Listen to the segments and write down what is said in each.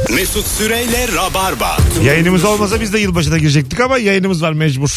Mesut Süreyle Rabarba. Yayınımız olmasa biz de yılbaşına girecektik ama yayınımız var mecbur.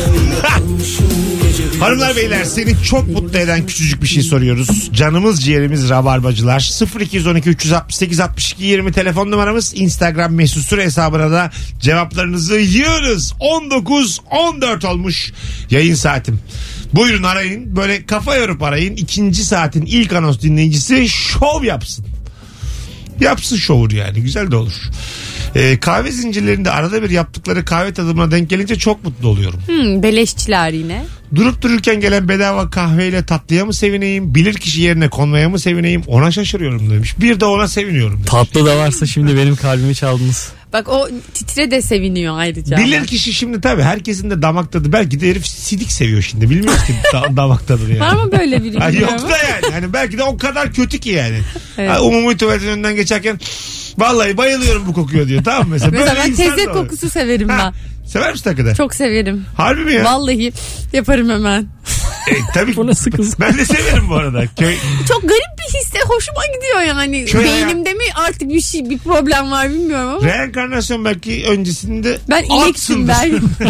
Hanımlar beyler, seni çok mutlu eden küçücük bir şey soruyoruz. Canımız ciğerimiz Rabarbacılar. 0212 368 62 20 telefon numaramız. Instagram Mesut Süre hesabına da cevaplarınızı yiyoruz. 19-14 olmuş yayın saatim. Buyurun arayın, böyle kafa yorup arayın. İkinci saatin ilk anons dinleyicisi şov yapsın. Yapsın şovur yani, güzel de olur. Kahve zincirlerinde arada bir yaptıkları kahve tadımına denk gelince çok mutlu oluyorum. Beleşçiler yine. Durup dururken gelen bedava kahveyle tatlıya mı sevineyim, bilir kişi yerine konmaya mı sevineyim, ona şaşırıyorum demiş. Bir de ona seviniyorum demiş. Tatlı da varsa şimdi benim kalbimi çaldınız. Bak o titre de seviniyor ayrıca. Bilir kişi şimdi tabii herkesin de damak tadı. Belki de herif sidik seviyor şimdi. Bilmiyoruz ki damak tadını yani. Var mı böyle biri? Yok da yani. Hani belki de o kadar kötü ki yani. Evet. Umumi tuvaletin önünden geçerken vallahi bayılıyorum bu kokuyor diyor. Tamam mesela. Mesela ben insan tezek da olur. kokusu severim ben. Sever misin hakikaten? Çok severim. Harbi mi ya? Vallahi yaparım hemen. Tabii ki. Bu nasıl kız? Ben de severim bu arada. Çok garip bir hisse, hoşuma gidiyor yani. Beynimde mi artık bir problem var bilmiyorum ama. Reenkarnasyon belki öncesinde Ben ineksin ben.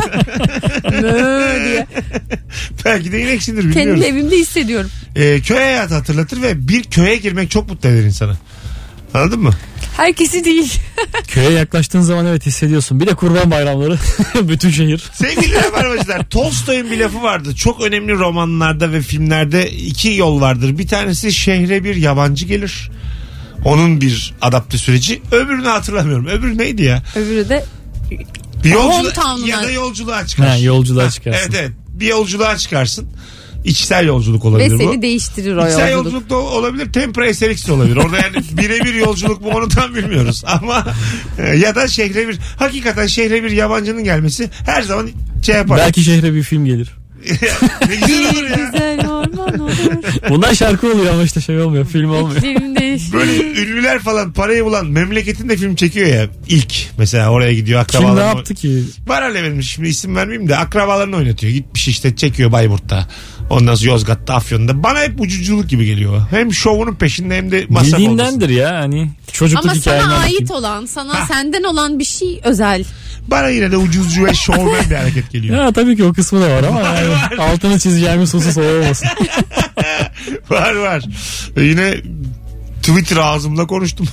diye. Belki de ineksindir, bilmiyoruz. Kendi evimde hissediyorum. Köy hayatı hatırlatır ve bir köye girmek çok mutlu eder insanı. Anladın mı? Herkesi değil. Köye yaklaştığın zaman evet hissediyorsun. Bir de kurban bayramları. Bütün şehir. Sevgili Rabarbacılar, Tolstoy'un bir lafı vardı. Çok önemli romanlarda ve filmlerde iki yol vardır. Bir tanesi şehre bir yabancı gelir. Onun bir adapte süreci. Öbürünü hatırlamıyorum. Öbürü neydi ya? Öbürü de Bir yolculuğa Hometown'una. ya da yolculuğa çıkarsın. Ha, yolculuğa çıkarsın. Evet. Bir yolculuğa çıkarsın. İçsel yolculuk olabilir ve bu. seni değiştirir o İçsel yolculuk. yolculuk da olabilir. Tempra SRX de olabilir. Orada yani birebir yolculuk mu onu tam bilmiyoruz. Ama ya da şehre bir, hakikaten şehre bir yabancının gelmesi her zaman şey yapar. Belki şehre bir film gelir. Ne güzel olur ya. Güzel orman olur. Bundan şarkı oluyor ama işte şey olmuyor. Film olmuyor. Film değişir. Böyle ünlüler falan parayı bulan memleketinde film çekiyor ya. İlk mesela oraya gidiyor, Kim ne akrabalarını. yaptı ki? Var öyle benim, şimdi isim vermeyeyim de, akrabalarını oynatıyor. Gitmiş işte çekiyor Bayburt'ta. Ondan sonra Yozgat'ta, Afyon'da. Bana hep ucuculuk gibi geliyor. Hem şovunun peşinde hem de masraf olmasın. Bildiğindendir ya hani çocukluk Ama hikayenden. sana ait olan, senden olan bir şey özel. Bana yine de ucuzcu ve şovmen bir hareket geliyor. Ya tabii ki o kısmı da var ama yani altını çizeceğimiz husus o olmasın. Var. Yine Twitter ağzımla konuştum.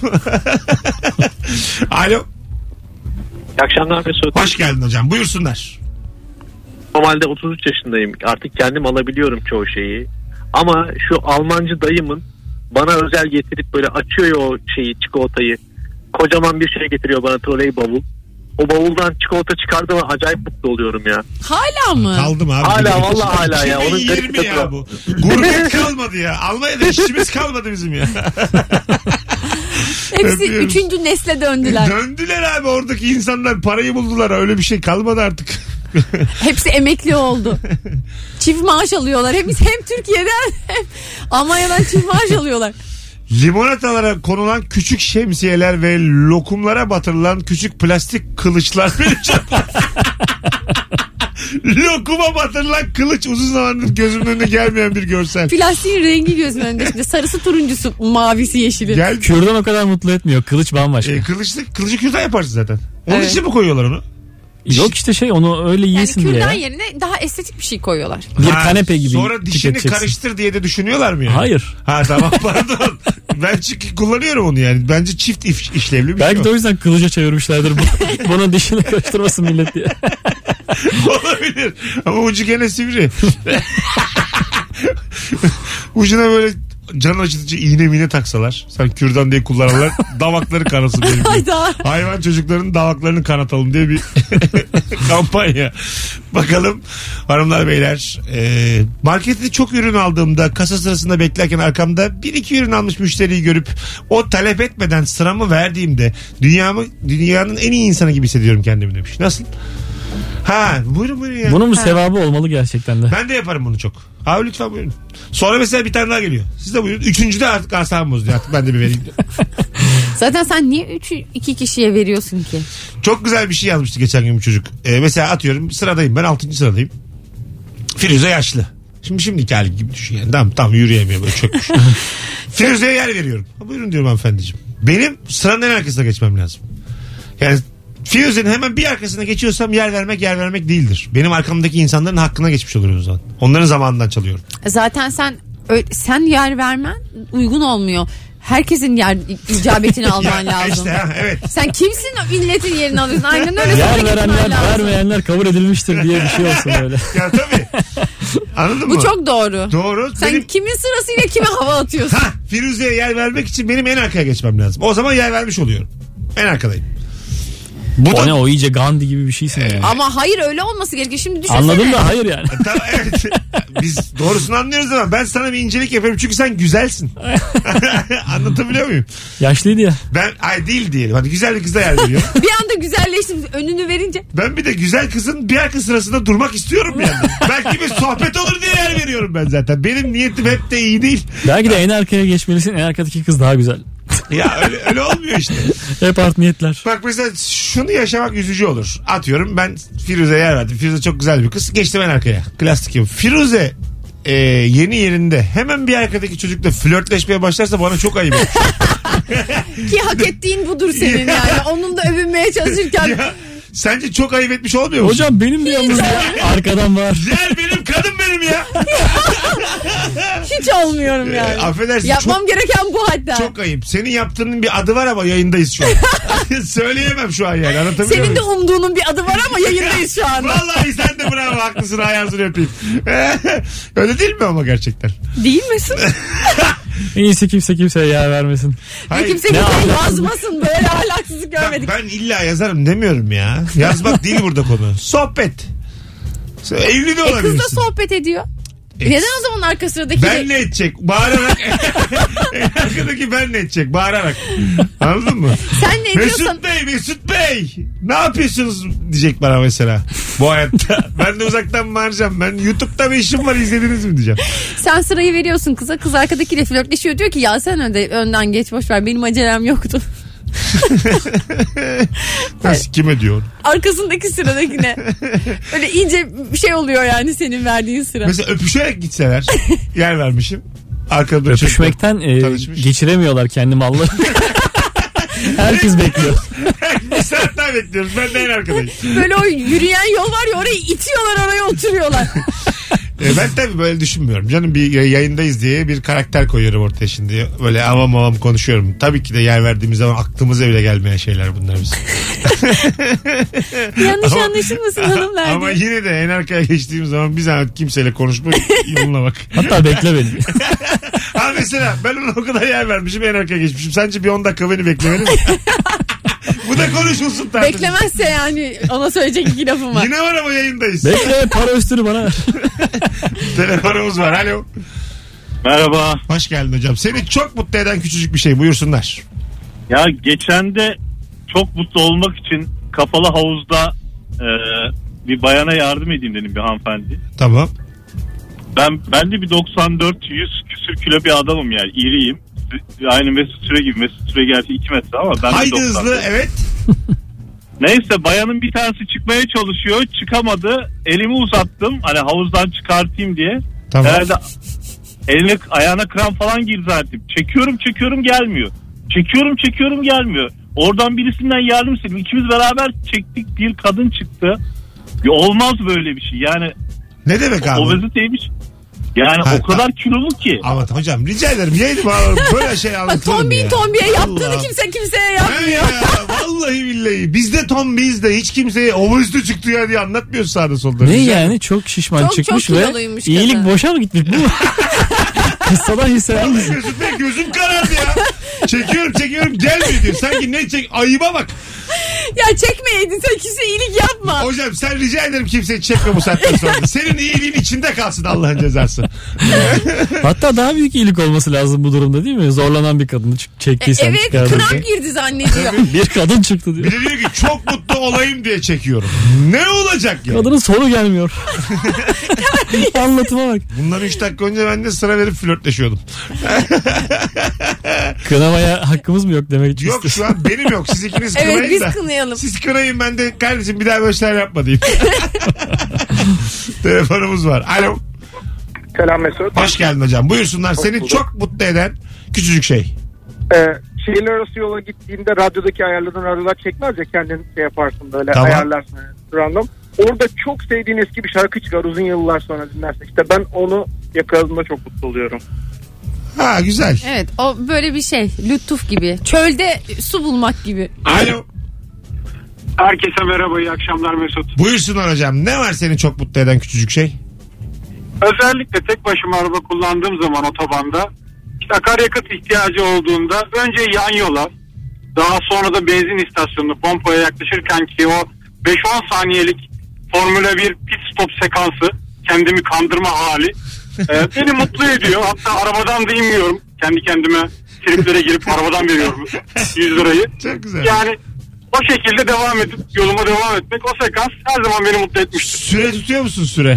Alo. İyi akşamlar Mesut. Hoş geldin hocam. Buyursunlar. Normalde 33 yaşındayım. Artık kendim alabiliyorum çoğu şeyi. Ama şu Almancı dayımın bana özel getirip böyle açıyor ya o şeyi, çikolatayı. Kocaman bir şey getiriyor bana, troley bavul. O bavuldan çikolata çıkardığımda acayip mutlu oluyorum ya. Hala mı? Kaldım abi. Hala, vallahi hala ya. Onun 2020 garip ya bu. Gurbet kalmadı ya. Almanya'da işçimiz kalmadı bizim ya. Hepsi Öpüyoruz. 3. nesle döndüler. Döndüler abi, oradaki insanlar parayı buldular. Öyle bir şey kalmadı artık. Hepsi emekli oldu. Çift maaş alıyorlar. Hem Türkiye'den hem Almanya'dan çift maaş alıyorlar. Limonatalara konulan küçük şemsiyeler ve lokumlara batırılan küçük plastik kılıçlar benim çok... Lokuma batırılan kılıç uzun zamandır gözümün önüne gelmeyen bir görsel. Plastiğin rengi gözümün önünde. Şimdi sarısı, turuncusu, mavisi, yeşili. Gel, Kürdan o kadar mutlu etmiyor. Kılıç bambaşka. kılıcı kürdan yaparsın zaten. Onun Evet. için mi koyuyorlar onu? Yok işte şey onu öyle Yani yiyesin diye. kürdan ya. yerine daha estetik bir şey koyuyorlar. Bir kanepe gibi Sonra dişini tüketeceksin. karıştır diye de düşünüyorlar mı yani? Hayır. Ha tamam, pardon. Ben çünkü kullanıyorum onu yani. Bence çift işlevli bir Belki şey de o yüzden kılıca çevirmişlerdir. Bunun dişini karıştırmasın millet diye. Olabilir. Ama ucu gene sivri. Ucuna böyle can acıtıcı iğne mine taksalar. Sen kürdan diye kullananlar damakları kanasın benim. Hayda. Hayvan çocuklarının davaklarını kanatalım diye bir kampanya. Bakalım hanımlar beyler. Markette çok ürün aldığımda kasa sırasında beklerken arkamda 1-2 ürün almış müşteriyi görüp o talep etmeden sıramı verdiğimde dünyanın en iyi insanı gibi hissediyorum kendimi demiş. Nasıl? Ha buyurun ya. Bunun bir sevabı olmalı gerçekten de. Ben de yaparım bunu çok. Abi lütfen buyurun. Sonra mesela bir tane daha geliyor. Siz de buyurun. Üçüncüde artık asabım bozuyor. Artık ben de bir vereyim. Zaten sen niye 2 kişiye veriyorsun ki? Çok güzel bir şey yazmıştı geçen gün bir çocuk. Mesela atıyorum sıradayım. Ben 6. sıradayım. Firuze yaşlı. Şimdiki hali gibi düşün yani. Tam yürüyemiyor, böyle çökmüş. Firuze'ye yer veriyorum. Buyurun diyorum hanımefendiciğim. Benim sıranın en arkasına geçmem lazım. Yani Firuze'nin hemen bir arkasına geçiyorsam yer vermek değildir. Benim arkamdaki insanların hakkına geçmiş oluyoruz o zaman. Onların zamanından çalıyorum. Zaten sen yer vermen uygun olmuyor. Herkesin yer icabetini alman lazım. İşte, evet. Sen kimsin milletin yerini alıyorsun? Aynen öyle. Yer verenler vermeyenler kabul edilmiştir diye bir şey olsun öyle. Ya tabii. Anladın mı? Bu çok doğru. Doğru. Sen kimin sırasıyla kime hava atıyorsun? Firuze'ye yer vermek için benim en arkaya geçmem lazım. O zaman yer vermiş oluyorum. En arkadayım. O ne, o iyice Gandhi gibi bir şeysin yani. Ama hayır, öyle olması gerekiyor. Şimdi düşünsene. Anladım da hayır yani. Tamam, evet. Biz doğrusunu anlıyoruz ama ben sana bir incelik yapıyorum çünkü sen güzelsin. Anlatabiliyor muyum? Yaşlıydı ya. Ben değil diyelim. Hadi güzel bir kıza yer veriyorum. Bir anda güzelleştim önünü verince. Ben bir de güzel kızın bir arka sırasında durmak istiyorum yani. Belki bir sohbet olur diye yer veriyorum ben zaten. Benim niyetim hep de iyi değil. Belki de en arkaya geçmelisin. En arkadaki kız daha güzel. Ya öyle olmuyor işte. Hep art niyetler. Bak mesela şunu yaşamak üzücü olur. Atıyorum ben Firuze'ye yer verdim. Firuze çok güzel bir kız. Geçtim en arkaya. Klasik gibi. Firuze yeni yerinde hemen bir arkadaki çocukla flörtleşmeye başlarsa bana çok ayıp. Ki hak ettiğin budur senin yani. Onun da övünmeye çalışırken. Ya, sence çok ayıp etmiş olmuyor musun? Hocam benim de yalnız ya. Arkadan var. Gel benim kadın benim ya. Hiç olmuyorum yani. Affedersin. Yapmam gereken bu hatta. Çok ayıp. Senin yaptığının bir adı var ama yayındayız şu an. Söyleyemem şu an yani. Anlatabiliyor muyum? Senin de umduğunun bir adı var ama yayındayız şu anda. Vallahi sen de bravo, haklısın, ayağınızı öpeyim. Öyle değil mi ama gerçekten? Değil misin? En iyisi kimseye yer vermesin. Hayır. Kimse kimseye yazmasın, böyle ahlaksızlık görmedik. Ben illa yazarım demiyorum ya. Yazmak değil burada konu. Sohbet. Evli de olabilirsin. Kız da sohbet ediyor. Neden o zaman arka sıradaki... Ben ne edecek? Bağırarak. Arkadaki ben ne edecek? Bağırarak. Anladın mı? Sen ne ediyorsan... Mesut Bey. Ne yapıyorsunuz diyecek bana mesela. Bu hayatta. Ben de uzaktan bağıracağım. Ben YouTube'da bir işim var, izlediniz mi diyeceğim. Sen sırayı veriyorsun kıza. Kız arkadakiyle flörtleşiyor. Diyor ki ya sen önden geç, boş ver. Benim acelem yoktu. Nasıl, kime diyor? Arkasındaki sıradakine. Öyle iyice bir şey oluyor yani senin verdiğin sıra. Mesela öpüşerek gitseler. Yer vermişim. Arkada öpüşmekten geçiremiyorlar kendi malları. Herkes bekliyor. Bir saat daha bekliyoruz. Ben de en arkadayım. Böyle o yürüyen yol var ya, orayı itiyorlar, oraya oturuyorlar. Ben tabii böyle düşünmüyorum. Canım bir yayındayız diye bir karakter koyuyorum ortaya şimdi. Böyle avam konuşuyorum. Tabii ki de yer verdiğimiz zaman aklımıza bile gelmeyen şeyler bunlar bizim. Yanlış anlaşılmasın hanımlar. Ama yine de en arkaya geçtiğim zaman bir zahmet kimseyle konuşmak yoluna bak. Hatta bekle beni. Ha mesela ben ona o kadar yer vermişim, en arkaya geçmişim. Sence bir 10 dakika beni beklemeli mi? Bu da konuşulsun tartışılsın. Beklemezse yani ona söyleyecek iki lafım var. Yine var ama yayındayız. Bekle, para üstünü bana ver. Telefonumuz var. Alo. Merhaba. Hoş geldin hocam. Seni çok mutlu eden küçücük bir şey, buyursunlar. Ya geçen de çok mutlu olmak için kapalı havuzda bir bayana yardım edeyim dedim, bir hanımefendi. Tamam. Ben de bir 94-100 küsür kilo bir adamım yani, iriyim. Aynı Mesut Süre gibi. Mesut Süre gerçi 2 metre ama ben Haydi de 94. hızlı, evet. Neyse, bayanın bir tanesi çıkmaya çalışıyor. Çıkamadı. Elimi uzattım. Hani havuzdan çıkartayım diye. Tamam. Herhalde eline ayağına kram falan girdi zaten. Çekiyorum gelmiyor. Çekiyorum gelmiyor. Oradan birisinden yardım istedim. İkimiz beraber çektik. Bir kadın çıktı. Ya olmaz böyle bir şey. Yani Ne demek abi? obeziteymiş. Yani o kadar kilolu ki. Ama hocam rica ederim, yayını bağlarım. Böyle şey anlatılır mı ya? Tombiye yaptığını Allah. kimseye He yapmıyor. ya, vallahi billahi. Bizde tombiyiz de hiç kimseye obezite çıktı ya diye anlatmıyoruz sağda solda. Ne yani, çok şişman Çok çıkmış ve kiloluymuş iyilik kadın. boşa mı gitmiş bu? Kıssadan hisseden misin? Mesut Bey gözüm karardı ya. Çekiyorum gelmiyor diyor. Sanki ne çek, ayıba bak. Ya çekmeyeydin, sen kimseye iyilik yapma. Hocam sen rica ederim kimseyi çekme bu saatten sonra. Senin iyiliğin içinde kalsın Allah'ın cezası. Hatta daha büyük iyilik olması lazım bu durumda, değil mi? Zorlanan bir kadını çektiysen. Evet, çıkardıysan. kram girdi zannediyor. Bir kadın çıktı diyor. Bir de diyor ki çok mutlu olayım diye çekiyorum. Ne olacak ya? Kadının sonu gelmiyor. Anlatıma bak. Bundan 3 dakika önce ben de sıra verip flörtleşiyordum. Kınamaya hakkımız mı yok demek için? Yok, şu an benim yok. Siz ikiniz kınayın Evet, biz da. kınayalım. Siz kınayın, ben de kardeşim bir daha böyle şeyler yapma diyeyim. Telefonumuz var. Alo. Selam Mesut. Hoş geldin hocam. Buyursunlar. Seni bulduk. çok mutlu eden küçücük şey. şehirler arası yola gittiğinde radyodaki ayarladığın radyolar çekmez ya, kendin şey yaparsın böyle, Tamam. ayarlarsın random. Orada çok sevdiğin eski bir şarkı çıkar, uzun yıllar sonra dinlersin. İşte ben onu yakaladığımda çok mutlu oluyorum. Ha güzel. Evet, o böyle bir şey. Lütuf gibi. Çölde su bulmak gibi. Alo. Herkese merhaba, iyi akşamlar Mesut. Buyursunlar hocam. Ne var seni çok mutlu eden küçücük şey? Özellikle tek başıma araba kullandığım zaman otobanda işte akaryakıt ihtiyacı olduğunda önce yan yola, daha sonra da benzin istasyonuna, pompaya yaklaşırken ki o 5-10 saniyelik Formula 1 pit stop sekansı, kendimi kandırma hali beni mutlu ediyor. Hatta arabadan da inmiyorum. Kendi kendime triplere girip arabadan veriyorum 100 lirayı. Çok güzel. Yani o şekilde devam edip yoluma devam etmek, o sekans her zaman beni mutlu etmiştir. Süre tutuyor musun süre?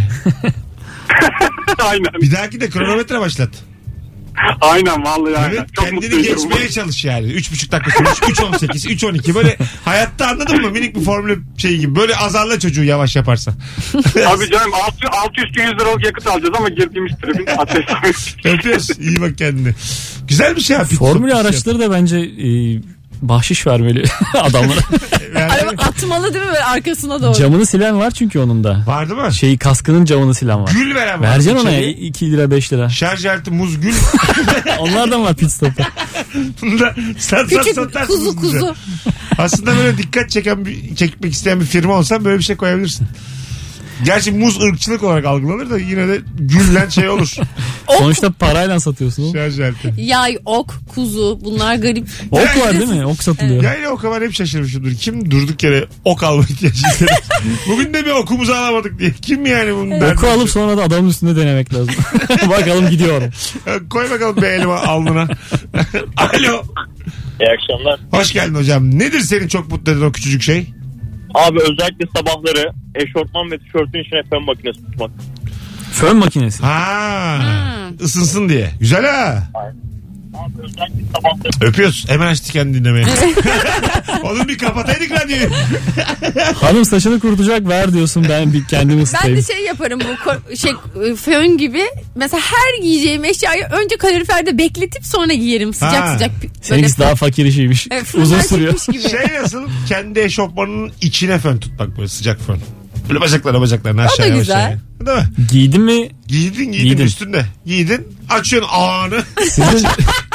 Aynen. Bir dahaki de kronometre başlat. Aynen vallahi aynen. Evet, Çok mutlu kendini ediyorum. geçmeye çalış yani. 3,5 dakika sürüş. 3,18, 3,12 böyle hayatta, anladın mı? Minik bir formül şey gibi. Böyle azarla çocuğu yavaş yaparsa. Abi canım altı üstü 100 liralık yakıt alacağız ama girdiğimiz tribün ateş. Öpüyoruz. İyi bak kendine. Güzel bir şey abi. Formül araçları da bence bahşiş vermeli adamlara. Yani, Araba atmalı değil mi böyle arkasına doğru? Camını silen var çünkü onun da. var değil mi? Kaskının camını silen var. Gül veren var. Vereceksin ona ya İçeri 2 lira 5 lira. Şarj aleti muz gül. Onlardan var pit stop'ta. Bunda Küçük satarsınız kuzu bize. kuzu. Aslında böyle dikkat çekmek isteyen bir firma olsan böyle bir şey koyabilirsin. Gerçi muz ırkçılık olarak algılanır da yine de güllen şey olur. Sonuçta parayla satıyorsun oğlum. Şarj aleti. Yay, ok, kuzu, bunlar garip. Ok var değil mi? Ok satılıyor. Yani o kadar hep şaşırmışımdır. Kim durduk yere ok alma ihtiyacı hisseder? Bugün de bir okumuzu alamadık diye. Kim yani bunu? Oku alıp sonra da adamın üstünde denemek lazım. Bakalım gidiyorum. Koy bakalım bir elime alnına. Alo. İyi akşamlar. Hoş geldin hocam. Nedir senin çok mutlu eden o küçücük şey? Abi özellikle sabahları eşortman ve tişörtün içine fön makinesi tutmak. Fön makinesi. Ha, ısınsın diye. Güzel ha. Abi özellikle sabahları. Öpüyoruz. Hemen açtı kendini dinlemeye. Oğlum bir kapataydık radyoyu. Hanım saçını kurutacak, ver diyorsun, ben bir kendimi Ben ısıtayım. de şey yaparım, bu fön gibi. Mesela her giyeceğim eşyayı önce kaloriferde bekletip sonra giyerim. Sıcak Ha. sıcak. Seninkisi daha fakir işiymiş. Uzun sürüyor. Gibi. Şey nasıl? Kendi eşofmanının içine fön tutmak, böyle sıcak fön. Böyle bacaklarına aşağıya O da güzel. aşağıya. Değil mi? Giydin mi? Giydin üstünde. Giydin. Açıyorsun ağını. Sizin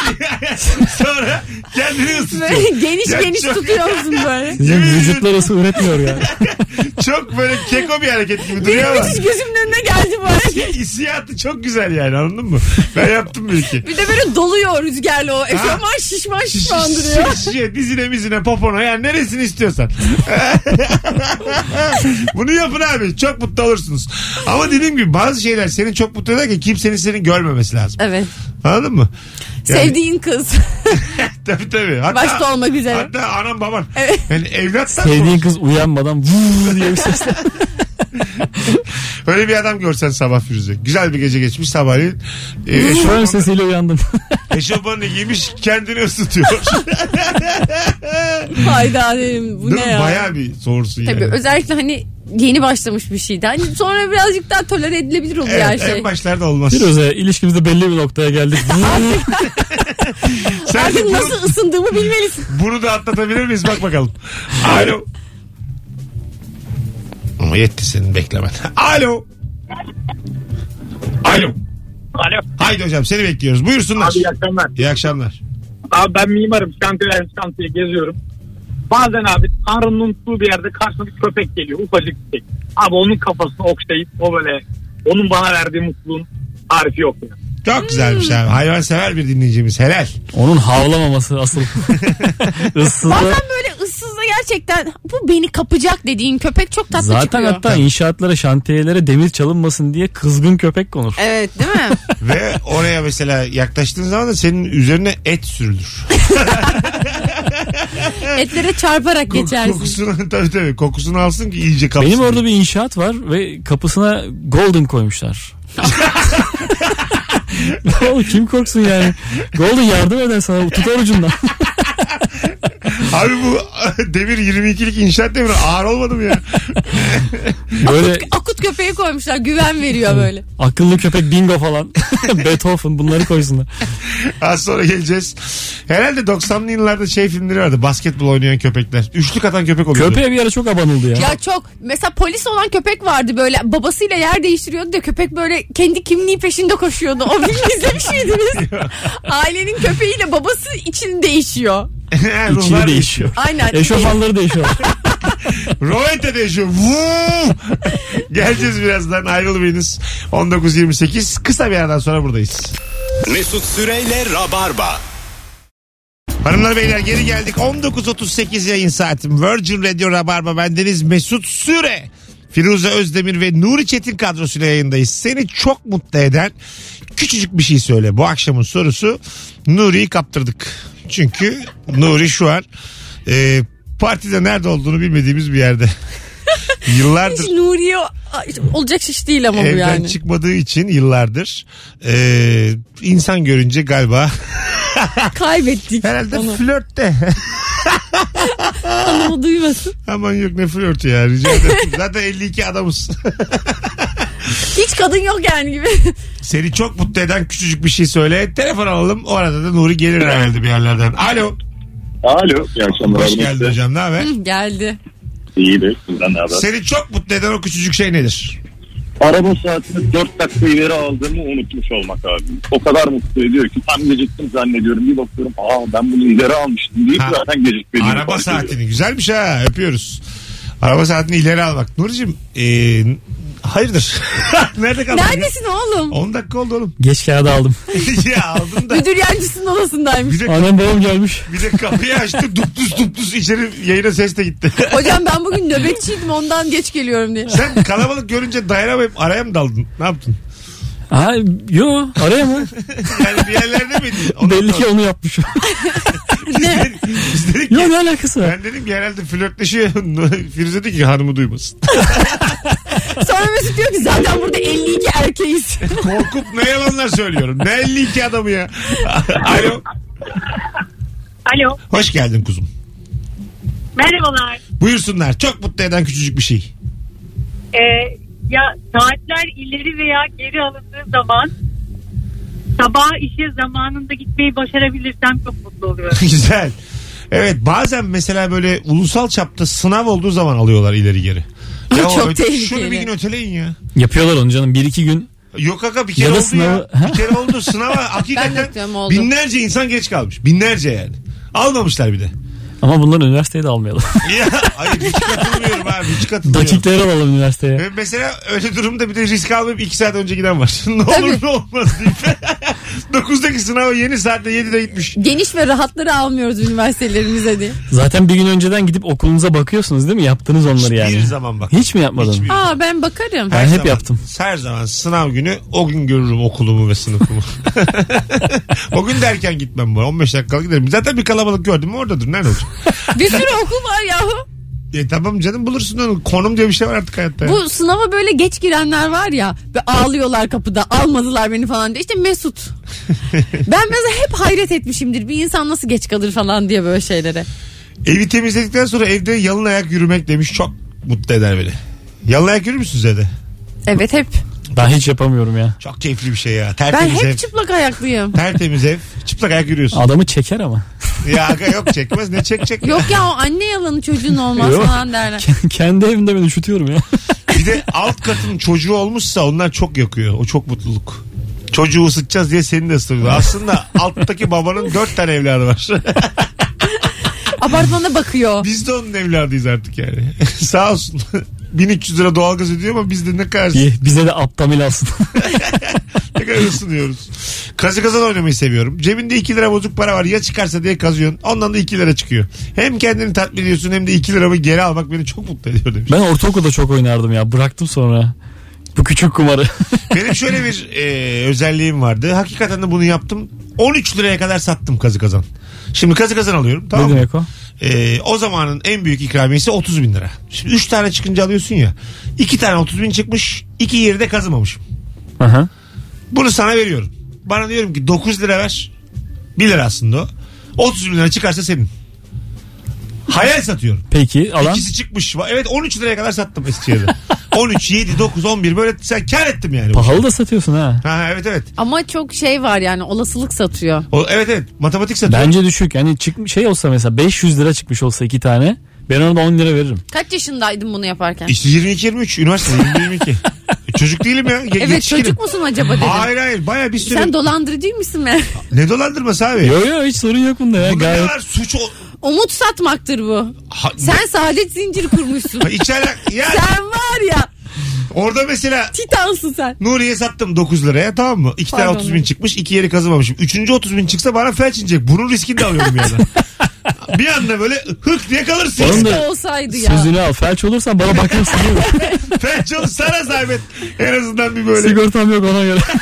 Sonra kendini ısıtıyorsun. Geniş Ya geniş çok- tutuyorsun böyle. Sizin vücutlar ısı üretmiyor yani. Çok böyle keko bir hareket gibi duruyor Benim ama. hiç gözümün önüne geldi bu hareket. Hissiyatı çok güzel yani, anladın mı? Ben yaptım bir iki. Bir de böyle doluyor rüzgarla o. Eşofman şişman duruyor. Dizine mizine popona, yani neresini istiyorsan. Bunu yapın abi, çok mutlu olursunuz. Ama dediğim gibi bazı şeyler seni çok mutlu ederken kimsenin seni görmemesi lazım. Evet. Anladın mı? Yani, Sevdiğin kız. tabii. Hatta, Başta olmak üzere. Hatta anam baban. Evet. Yani evlattan Sevdiğin kız uyanmadan vuuu diye bir sesle. öyle bir adam görsen sabah Firuze. Güzel bir gece geçmiş sabahleyin. Fön sesiyle uyandın. Eşofmanını giymiş, kendini ısıtıyor. Hayda dedim, bu Değil ne mi? ya? Bayağı bir soğursun Tabii yani. özellikle hani yeni başlamış bir şeydi. Hani sonra birazcık daha tolere edilebilir oluyor her Evet, şey. en başlarda olmaz. Firuze, ilişkimizde belli bir noktaya geldik. Sen de Artık bunu, nasıl ısındığımı bilmelisin. bunu da atlatabilir miyiz? Bak bakalım. Alo. Ama yetti senin beklemen. Alo. Alo. Alo. Haydi hocam, seni bekliyoruz. Buyursunlar. Abi iyi akşamlar. İyi akşamlar. Abi ben mimarım. Şantiye geziyorum. Bazen abi Tanrı'nın unuttuğu bir yerde karşına bir köpek geliyor. Ufacık bir şey. Abi onun kafasını okşayıp o böyle onun bana verdiği mutluluğun tarifi yok ya. Çok güzelmiş abi. Hayvansever bir dinleyicimiz. Helal. Onun havlamaması asıl. Issızda. Bazen böyle ıssızda gerçekten bu beni kapacak dediğin köpek çok tatlı Zaten çıkıyor. hatta inşaatlara, şantiyelere demir çalınmasın diye kızgın köpek konur. Evet değil mi? Ve oraya mesela yaklaştığın zaman da senin üzerine et sürülür. Etlere çarparak geçersin. Kokusunu tabii kokusunu alsın ki iyice kapsın. Benim orada bir inşaat var ve kapısına golden koymuşlar. Oğlum kim korksun yani? Golden yardım eder sana, tut orucundan. Abi bu demir 22'lik inşaat demiri ağır olmadı mı ya? Böyle Akut köpeği koymuşlar, güven veriyor böyle. akıllı köpek bingo falan. Beethoven bunları koysunlar. Az sonra geleceğiz. Herhalde 90'lı yıllarda filmleri vardı. Basketbol oynayan köpekler. Üçlük atan köpek oluyordu. Köpeğe bir ara çok abanıldı ya. Ya çok. Mesela polis olan köpek vardı, böyle babasıyla yer değiştiriyordu da köpek böyle kendi kimliği peşinde koşuyordu. O filmi izlemiş miydiniz? Ailenin köpeğiyle babası için değişiyor. Ruhlar İçini değişiyor. Aynen. Eşofmanları değişiyor. Rowente değişiyor. Geleceğiz birazdan, ayrılmayınız. 19.28, kısa bir aradan sonra buradayız. Mesut Süreyle Rabarba. Hanımlar beyler, geri geldik. 19.38 yayın saatim. Virgin Radio Rabarba, bendeniz Mesut Süre. Firuze Özdemir ve Nuri Çetin kadrosuyla yayındayız. Seni çok mutlu eden küçücük bir şey söyle. Bu akşamın sorusu. Nuri'yi kaptırdık. Çünkü Nuri şu an partide nerede olduğunu bilmediğimiz bir yerde. Yıllardır Hiç Nuriye olacak iş değil ama bu evden yani. çıkmadığı için yıllardır insan görünce galiba Kaybettik herhalde onu. flörtte. Hanımı duymasın. Aman yok, ne flörtü ya, rica ederim. Zaten 52 adamız. Hiç kadın yok yani gibi. Seni çok mutlu eden küçücük bir şey söyle. Telefon alalım. O arada da Nuri gelir herhalde bir yerlerden. Alo. Alo. İyi akşamlar. Hoş geldin hocam. Ne haber? Geldi. İyidir. Sizden ne haber? Seni çok mutlu eden o küçücük şey nedir? Araba saatini 4 dakika ileri aldığımı unutmuş olmak abi. O kadar mutlu ediyor ki tam geciktim zannediyorum. Bir bakıyorum ben bunu ileri almıştım deyip Ha. zaten gecikmediğimi Araba fark ediyorum. saatini. Güzelmiş ha. Öpüyoruz. Araba saatini ileri almak. Nuri'cim hayırdır? Nerede kaldın? Neredesin oğlum? 10 dakika oldu oğlum. Geç kağıdı aldım. Ya aldım da. Müdür yardımcısının odasındaymış. Bir de, Annem babam gelmiş. bir de kapıyı açtı. Duptus içeri, yayına ses de gitti. Hocam ben bugün nöbetçiydim, ondan geç geliyorum diye. Sen kalabalık görünce dayanamayıp araya mı daldın? Ne yaptın? Ha, yo araya mı? Yani bir yerlerde miydin? Ondan Belli ki sonra onu yapmış. Ne? biz dedik ki, Yo ne alakası var? ben dedim ki herhalde flörtleşiyor. Firuze dedi ki hanımı duymasın. Sonra Mesut diyor ki zaten burada 52 erkeğiz. Korkup ne yalanlar söylüyorum. Ne 52 adamı ya. Alo. Alo. Hoş geldin kuzum. Merhabalar. Buyursunlar. Çok mutlu eden küçücük bir şey. Ya saatler ileri veya geri alındığı zaman sabah işe zamanında gitmeyi başarabilirsem çok mutlu oluyorum. Güzel. Evet, bazen mesela böyle ulusal çapta sınav olduğu zaman alıyorlar ileri geri. Ya Çok tehlikeli. Şunu bir gün öteleyin ya. Yapıyorlar onu canım. 1-2 gün. Yok aga, bir kere Ya da oldu sınavı- ya. Bir kere oldu sınava. Ben de Hakikaten yapıyorum, oldu. binlerce insan geç kalmış. Binlerce yani. Almamışlar bir de. Ama bunları üniversiteye de almayalım. Ya, hayır hiç katılmıyorum abi. Hiç katılmıyorum. Dakikleri alalım üniversiteye. Ve mesela öyle durumda bir de risk almayıp 2 saat önce giden var. Ne olur ne olmaz deyip. 9'daki sınava yeni saatte 7'de gitmiş. Geniş ve rahatları almıyoruz üniversitelerimize diye. Zaten bir gün önceden gidip okulunuza bakıyorsunuz değil mi? Yaptınız onları yani. Bir zaman bak. Hiç mi yapmadın? Hiçbir- Aa, ben bakarım. Ben hep yaptım. Her zaman sınav günü o gün görürüm okulumu ve sınıfımı. O gün derken gitmem bu. 15 dakikalık giderim. Zaten bir kalabalık gördüm mü oradadır. Nerede olacak? Bir sürü okul var yahu. Tamam canım, bulursun onu. Konum diye bir şey var artık hayatta. Bu sınava böyle geç girenler var ya ve ağlıyorlar kapıda, almadılar beni falan diye. İşte Mesut. Ben mesela hep hayret etmişimdir. Bir insan nasıl geç kalır falan diye böyle şeylere. Evi temizledikten sonra evde yalın ayak yürümek demiş, çok mutlu eder beni. Yalın ayak yürür müsünüz evde? Evet hep. Ben hiç yapamıyorum ya. Çok keyifli bir şey ya. Ben Tertemiz ev. hep çıplak ayaklıyım. Tertemiz ev. Çıplak ayak yürüyorsun. Adamı çeker ama. Ya aga yok, çekmez. Ne çekecek? Yok ya, o anne yalanı çocuğun olmaz Yok. falan derler. Kendi evimde ben üşütüyorum ya. Bir de alt katın çocuğu olmuşsa onlar çok yakıyor. O çok mutluluk. Çocuğu ısıtacağız diye seni de ısıtıyor. Aslında alttaki babanın 4 tane evladı var. Apartmana bakıyor. Biz de onun evladıyız artık yani. Sağ olsun. 1300 lira doğalgaz ödüyor ama biz de ne kadar Bize de aptamil alsın. ne kadar ısınıyoruz. Kazı kazan oynamayı seviyorum. Cebinde 2 lira bozuk para var, ya çıkarsa diye kazıyorsun. Ondan da 2 lira çıkıyor. Hem kendini tatmin ediyorsun hem de 2 liramı geri almak beni çok mutlu ediyor demiş. Ben ortaokulda çok oynardım ya. Bıraktım sonra. Bu küçük kumarı. Benim şöyle bir özelliğim vardı. Hakikaten de bunu yaptım. 13 liraya kadar sattım kazı kazan. Şimdi kazı kazan alıyorum. Tamam Ne mı? demek o? O zamanın en büyük ikramiyesi 30 bin lira. Şimdi 3 tane çıkınca alıyorsun ya. 2 tane 30 bin çıkmış. 2 yeri de kazımamışım. Aha. Bunu sana veriyorum. Bana diyorum ki 9 lira ver. 1 lira aslında o. 30 bin lira çıkarsa senin. Hayal satıyorum. Peki alan? İkisi çıkmış. Evet 13 liraya kadar sattım Eskişehir'de. 13, 7, 9, 11 böyle sen kar ettim yani. Pahalı da satıyorsun ha. Ha evet. Ama çok şey var yani, olasılık satıyor. Evet matematik satıyor. Bence düşük. Yani şey olsa mesela 500 lira çıkmış olsa 2 tane. Ben ona da 10 lira veririm. Kaç yaşındaydın bunu yaparken? İşte 22-23 üniversite 22. Çocuk değilim ya. Evet Yetişkinim. çocuk musun acaba dedim. Hayır baya bir sürü. Sen dolandırıcı mısın be? Ne dolandırması abi? Yo hiç sorun yok bunda ya. Bunda Gayet. ne var suç Umut satmaktır bu. Sen saadet zinciri kurmuşsun. ya. Sen var ya. Orada mesela Titansın sen. Nuriye sattım 9 liraya, tamam mı? 2 tane 30 bin çıkmış, 2 yeri kazımamışım. 3. 30 bin çıksa bana felç inecek. Bunun riskini de alıyorum yani. Bir anda böyle hık diye kalırsın. Onun da olsaydı ya. Sözünü al. Felç olursan bana bakarsın değil mi? Felç olur sana zahmet. En azından bir böyle. Sigortam yok ona göre.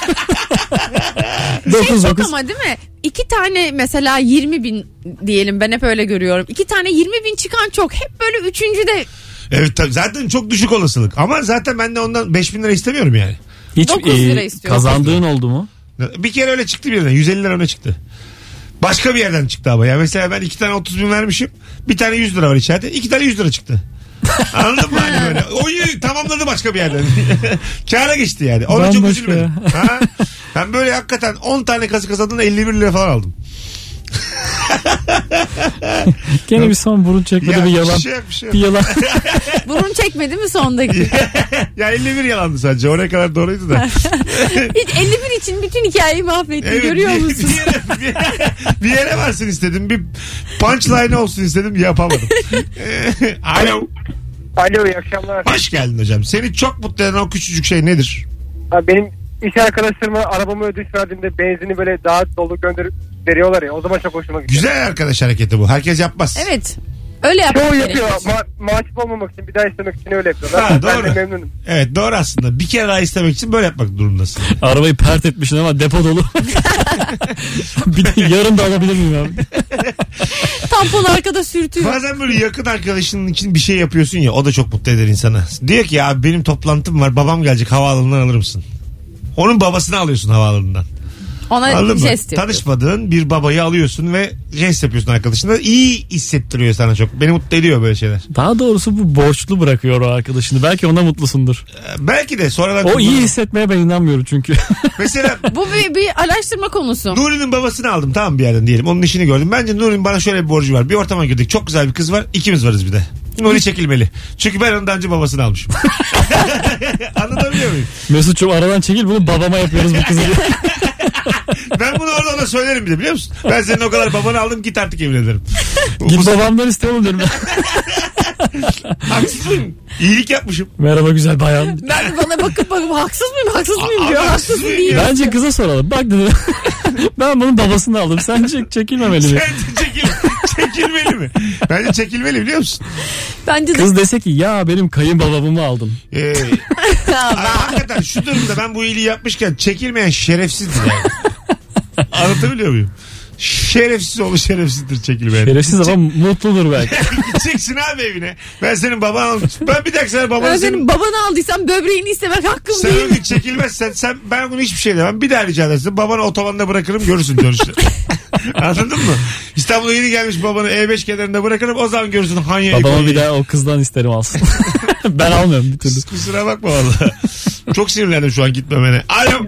Şey çok ama değil mi? 2 tane mesela 20 bin diyelim, ben hep öyle görüyorum. 2 tane 20 bin çıkan çok. Hep böyle üçüncüde. Evet tabii zaten çok düşük olasılık. Ama zaten ben de ondan 5 bin lira istemiyorum yani. Hiç 9 lira istiyorum. kazandığın oldu mu? Bir kere öyle çıktı bir yerden. 150 lira öne çıktı. Başka bir yerden çıktı ama. Ya mesela ben 2 tane 30 bin vermişim. Bir tane 100 lira var içeride. 2 tane 100 lira çıktı. Anladın mı hani böyle? O tamamladı başka bir yerden. Kâra geçti yani. Ona çok üzülmedim. Ha? Ben böyle hakikaten 10 tane kazı kazandığında 51 lira falan aldım. Gene bir son burun çekmedi, bir yalan. Bir şey yok. Bir yalan. Burun çekmedi mi sondaki? Ya 51 yalandı sadece. Oraya kadar doğruydu da. Hiç 51 için bütün hikayeyi mahvettin, Evet, görüyor musun? Bir yere varsın istedim. Bir punchline olsun istedim. Yapamadım. Alo. Alo, iyi akşamlar. Hoş geldin hocam. Seni çok mutlu eden o küçücük şey nedir? Benim iş arkadaşlarıma arabamı ödünç verdiğimde benzini böyle daha dolu veriyorlar ya, o zaman çok hoşuma gidiyor. Güzel arkadaş hareketi bu. Herkes yapmaz. Evet. Öyle yapmak Çoğu gerekiyor. yapıyor. Mahcup olmamak için, bir daha istemek için öyle yapıyorlar. Ha, Ben doğru. de memnunum. Evet doğru aslında. Bir kere daha istemek için böyle yapmak durumundasın. Arabayı pert etmişsin ama depo dolu. Bir de yarın da alabilir miyim abi? Tampon arkada sürtüyor. Bazen böyle yakın arkadaşının için bir şey yapıyorsun ya, o da çok mutlu eder insanı. Diyor ki ya benim toplantım var, babam gelecek, havaalanından alır mısın? Onun babasını alıyorsun havaalanından. Ona Anladın mı? jest yapıyorsun. Tanışmadığın bir babayı alıyorsun ve jest yapıyorsun arkadaşına. İyi hissettiriyor sana çok. Beni mutlu ediyor böyle şeyler. Daha doğrusu bu borçlu bırakıyor o arkadaşını. Belki ona mutlusundur. Belki de sonradan... O iyi hissetmeye ben inanmıyorum çünkü. Mesela... Bu bir araştırma konusu. Nuri'nin babasını aldım, tamam, bir yerden diyelim. Onun işini gördüm. Bence Nuri'nin bana şöyle bir borcu var. Bir ortama girdik. Çok güzel bir kız var. İkimiz varız bir de. Nuri çekilmeli. Çünkü ben ondan önce babasını almışım. Anlatabiliyor muyum? Mesut'cum aradan çekil, bunu babama yapıyoruz bu kızı. Ben bunu orada ona söylerim bir de, biliyor musun? Ben senin o kadar babanı aldım, git artık emin ederim. Git babamdan istiyorum derim. Haksız mıyım? İyilik yapmışım. Merhaba güzel bayan. Ben bana bakıp haksız mıyım diyor. Haksız değil. Bence kıza soralım. Bak dedi. Ben bunun babasını aldım. Sen çekilmemeli mi? Çekilmeli mi? Bence çekilmeli, biliyor musun? Bence Kız dese ki ya benim kayınbabamı aldın. Hakikaten şu durumda ben bu iyiliği yapmışken çekilmeyen şerefsizdir yani. Anlatabiliyor muyum? Şerefsiz oğlu şerefsizdir çekilmeyen. Şerefsiz ama mutludur belki. Gideceksin abi evine. Ben senin baban almışım. Ben bir dakika sana babanı... Ben senin babanı aldıysam böbreğini istemek hakkım sen değil. Sen o gün çekilmezsen ben bunu hiçbir şey demem. Bir daha rica edersin. Babanı otobanda bırakırım, görürsün dönüşü. Anladın mı? İstanbul'a yeni gelmiş babanı E5 kenarında bırakırım. O zaman görürsün Hanya'yı. Babama bir daha o kızdan isterim alsın. Ben almıyorum bir türlü. Kusura bakma valla. Çok sinirlendim şu an gitmemene. Alo.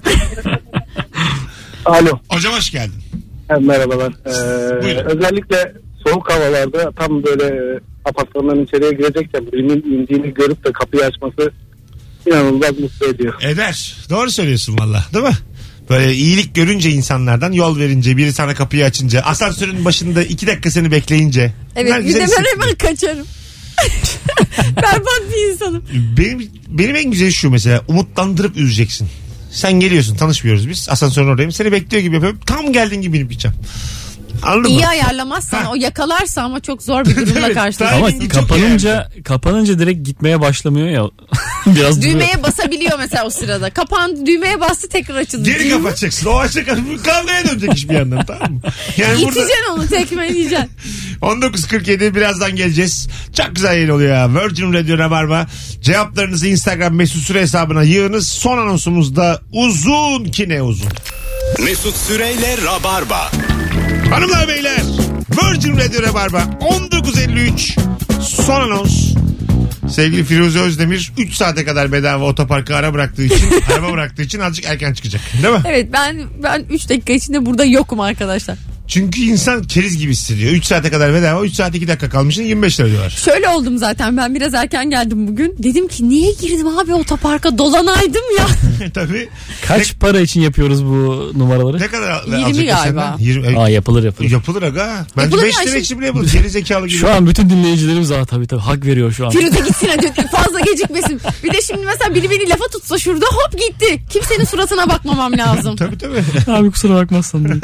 Alo. Hocam hoş geldin. Merhabalar. Özellikle soğuk havalarda tam böyle apartmanların içeriye girecekken birinin indiğini görüp de kapıyı açması inanılmaz mutlu ediyor. Eder. Doğru söylüyorsun valla, değil mi? Böyle iyilik görünce insanlardan, yol verince, biri sana kapıyı açınca, asansörün başında 2 dakika seni bekleyince. Evet, bir de ben hemen kaçarım. Berbat bir insanım. Benim en güzeli şu mesela, umutlandırıp üzeceksin. Sen geliyorsun, tanışmıyoruz biz, asansörün oradayım, seni bekliyor gibi yapıyorum, tam geldiğin gibi binip gideceğim. Anladın İyi mı? ayarlamazsan o yakalarsa ama çok zor bir durumla Evet, karşılaşırsın. Ama kapanınca direkt gitmeye başlamıyor ya. Biraz düğmeye basabiliyor mesela o sırada. Düğmeye bastı, tekrar açıldı. Geri kapatacaksın. O açık kavgaya dönecek iş bir yandan, tamam mı? Yani İteceksin onu, tekmeleyeceksin. 19.47 birazdan geleceğiz. Çok güzel yayın oluyor ya. Virgin Radio Rabarba. Cevaplarınızı Instagram Mesut Süre hesabına yığınız. Son anonsumuzda uzun ki ne uzun. Mesut Süreyle Rabarba. Hanımlar beyler, Virgin Radio Rabarba 19.53 son anons. Sevgili Firuze Özdemir 3 saate kadar bedava otoparka araba bıraktığı için azıcık erken çıkacak. Değil mi? Evet, ben 3 dakika içinde burada yokum arkadaşlar. Çünkü insan keriz gibi hissediyor. 3 saate kadar bedava, 3 saat 2 dakika kalmışsın 25 lira diyorlar. Şöyle oldum zaten, ben biraz erken geldim bugün. Dedim ki niye girdim abi otoparka, dolanaydım ya. Tabii. Kaç para için yapıyoruz bu numaraları? Ne kadar 20 alacak galiba. 20. Yapılır. Yapılır aga. Bence Yapılır 5 ya, lira şey- için bile yapılır. Geri zekalı gibi. Şu an bütün dinleyicilerimiz tabii hak veriyor şu an. Firuze gitsin hadi, fazla gecikmesin. Bir de şimdi mesela biri beni lafa tutsa şurada, hop gitti. Kimsenin suratına bakmamam lazım. Tabii. Abi kusura bakmazsan diye.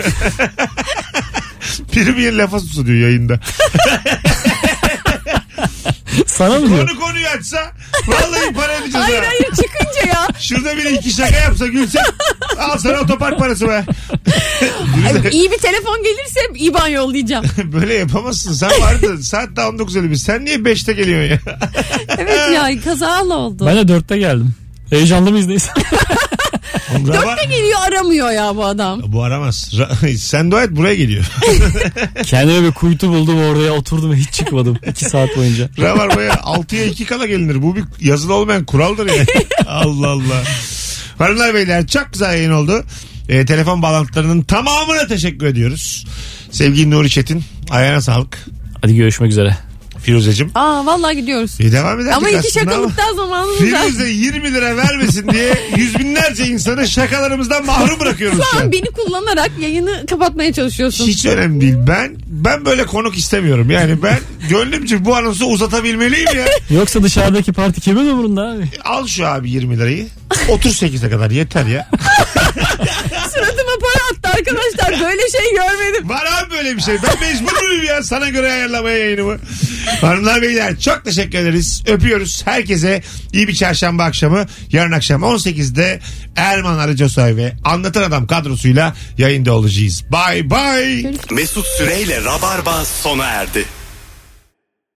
Biri bir lafa tutsa diyor yayında. Sana mı diyor? Konuyu açsa vallahi para edeceğiz. Hayır çıkınca ya. Şurada biri 2 şaka yapsa gülse al sana otopark parası be. Ay, iyi bir telefon gelirse IBAN yollayacağım. Böyle yapamazsın. Sen vardı saat daha 19.51. Sen niye 5'te geliyorsun ya? Evet ya, kazalı oldu. Ben de 4'te geldim. Heyecanlı mıyız neyse? 4'te geliyor, aramıyor ya bu adam. Bu aramaz. Sen dua et buraya geliyor. Kendime bir kuytu buldum, oraya oturdum ve hiç çıkmadım 2 saat boyunca. Rabarba'ya 6'ya 2 kala gelinir. Bu bir yazılı olmayan kuraldır ya. Allah Allah. Hanımlar beyler çok güzel yayın oldu. Telefon bağlantılarının tamamına teşekkür ediyoruz. Sevgili Nuri Çetin, ayağına sağlık. Hadi görüşmek üzere. Firuzeciğim. Vallahi gidiyoruz. Devam ederdik ama iki aslında şakalık daha zamanımız var. Firuze 20 lira vermesin diye yüz binlerce insanı şakalarımızdan mahrum bırakıyoruz Şu an beni kullanarak yayını kapatmaya çalışıyorsun. Hiç önemli değil. Ben böyle konuk istemiyorum. Yani ben gönlümce bu anonsu uzatabilmeliyim ya. Yoksa dışarıdaki parti kimin umurunda abi? Al şu abi 20 lirayı. Otur 8'e kadar yeter ya. Suratıma para attı arkadaşlar. Böyle şey görmedim. Var abi böyle bir şey. Ben mecbur muyum ya sana göre ayarlamaya yayınımı. Hanımlar beyler çok teşekkür ederiz. Öpüyoruz. Herkese iyi bir çarşamba akşamı. Yarın akşam 18'de Erman Arıcasoy ve Anlatan Adam kadrosuyla yayında olacağız. Bye bye. Mesut Süreyle Rabarba sona erdi.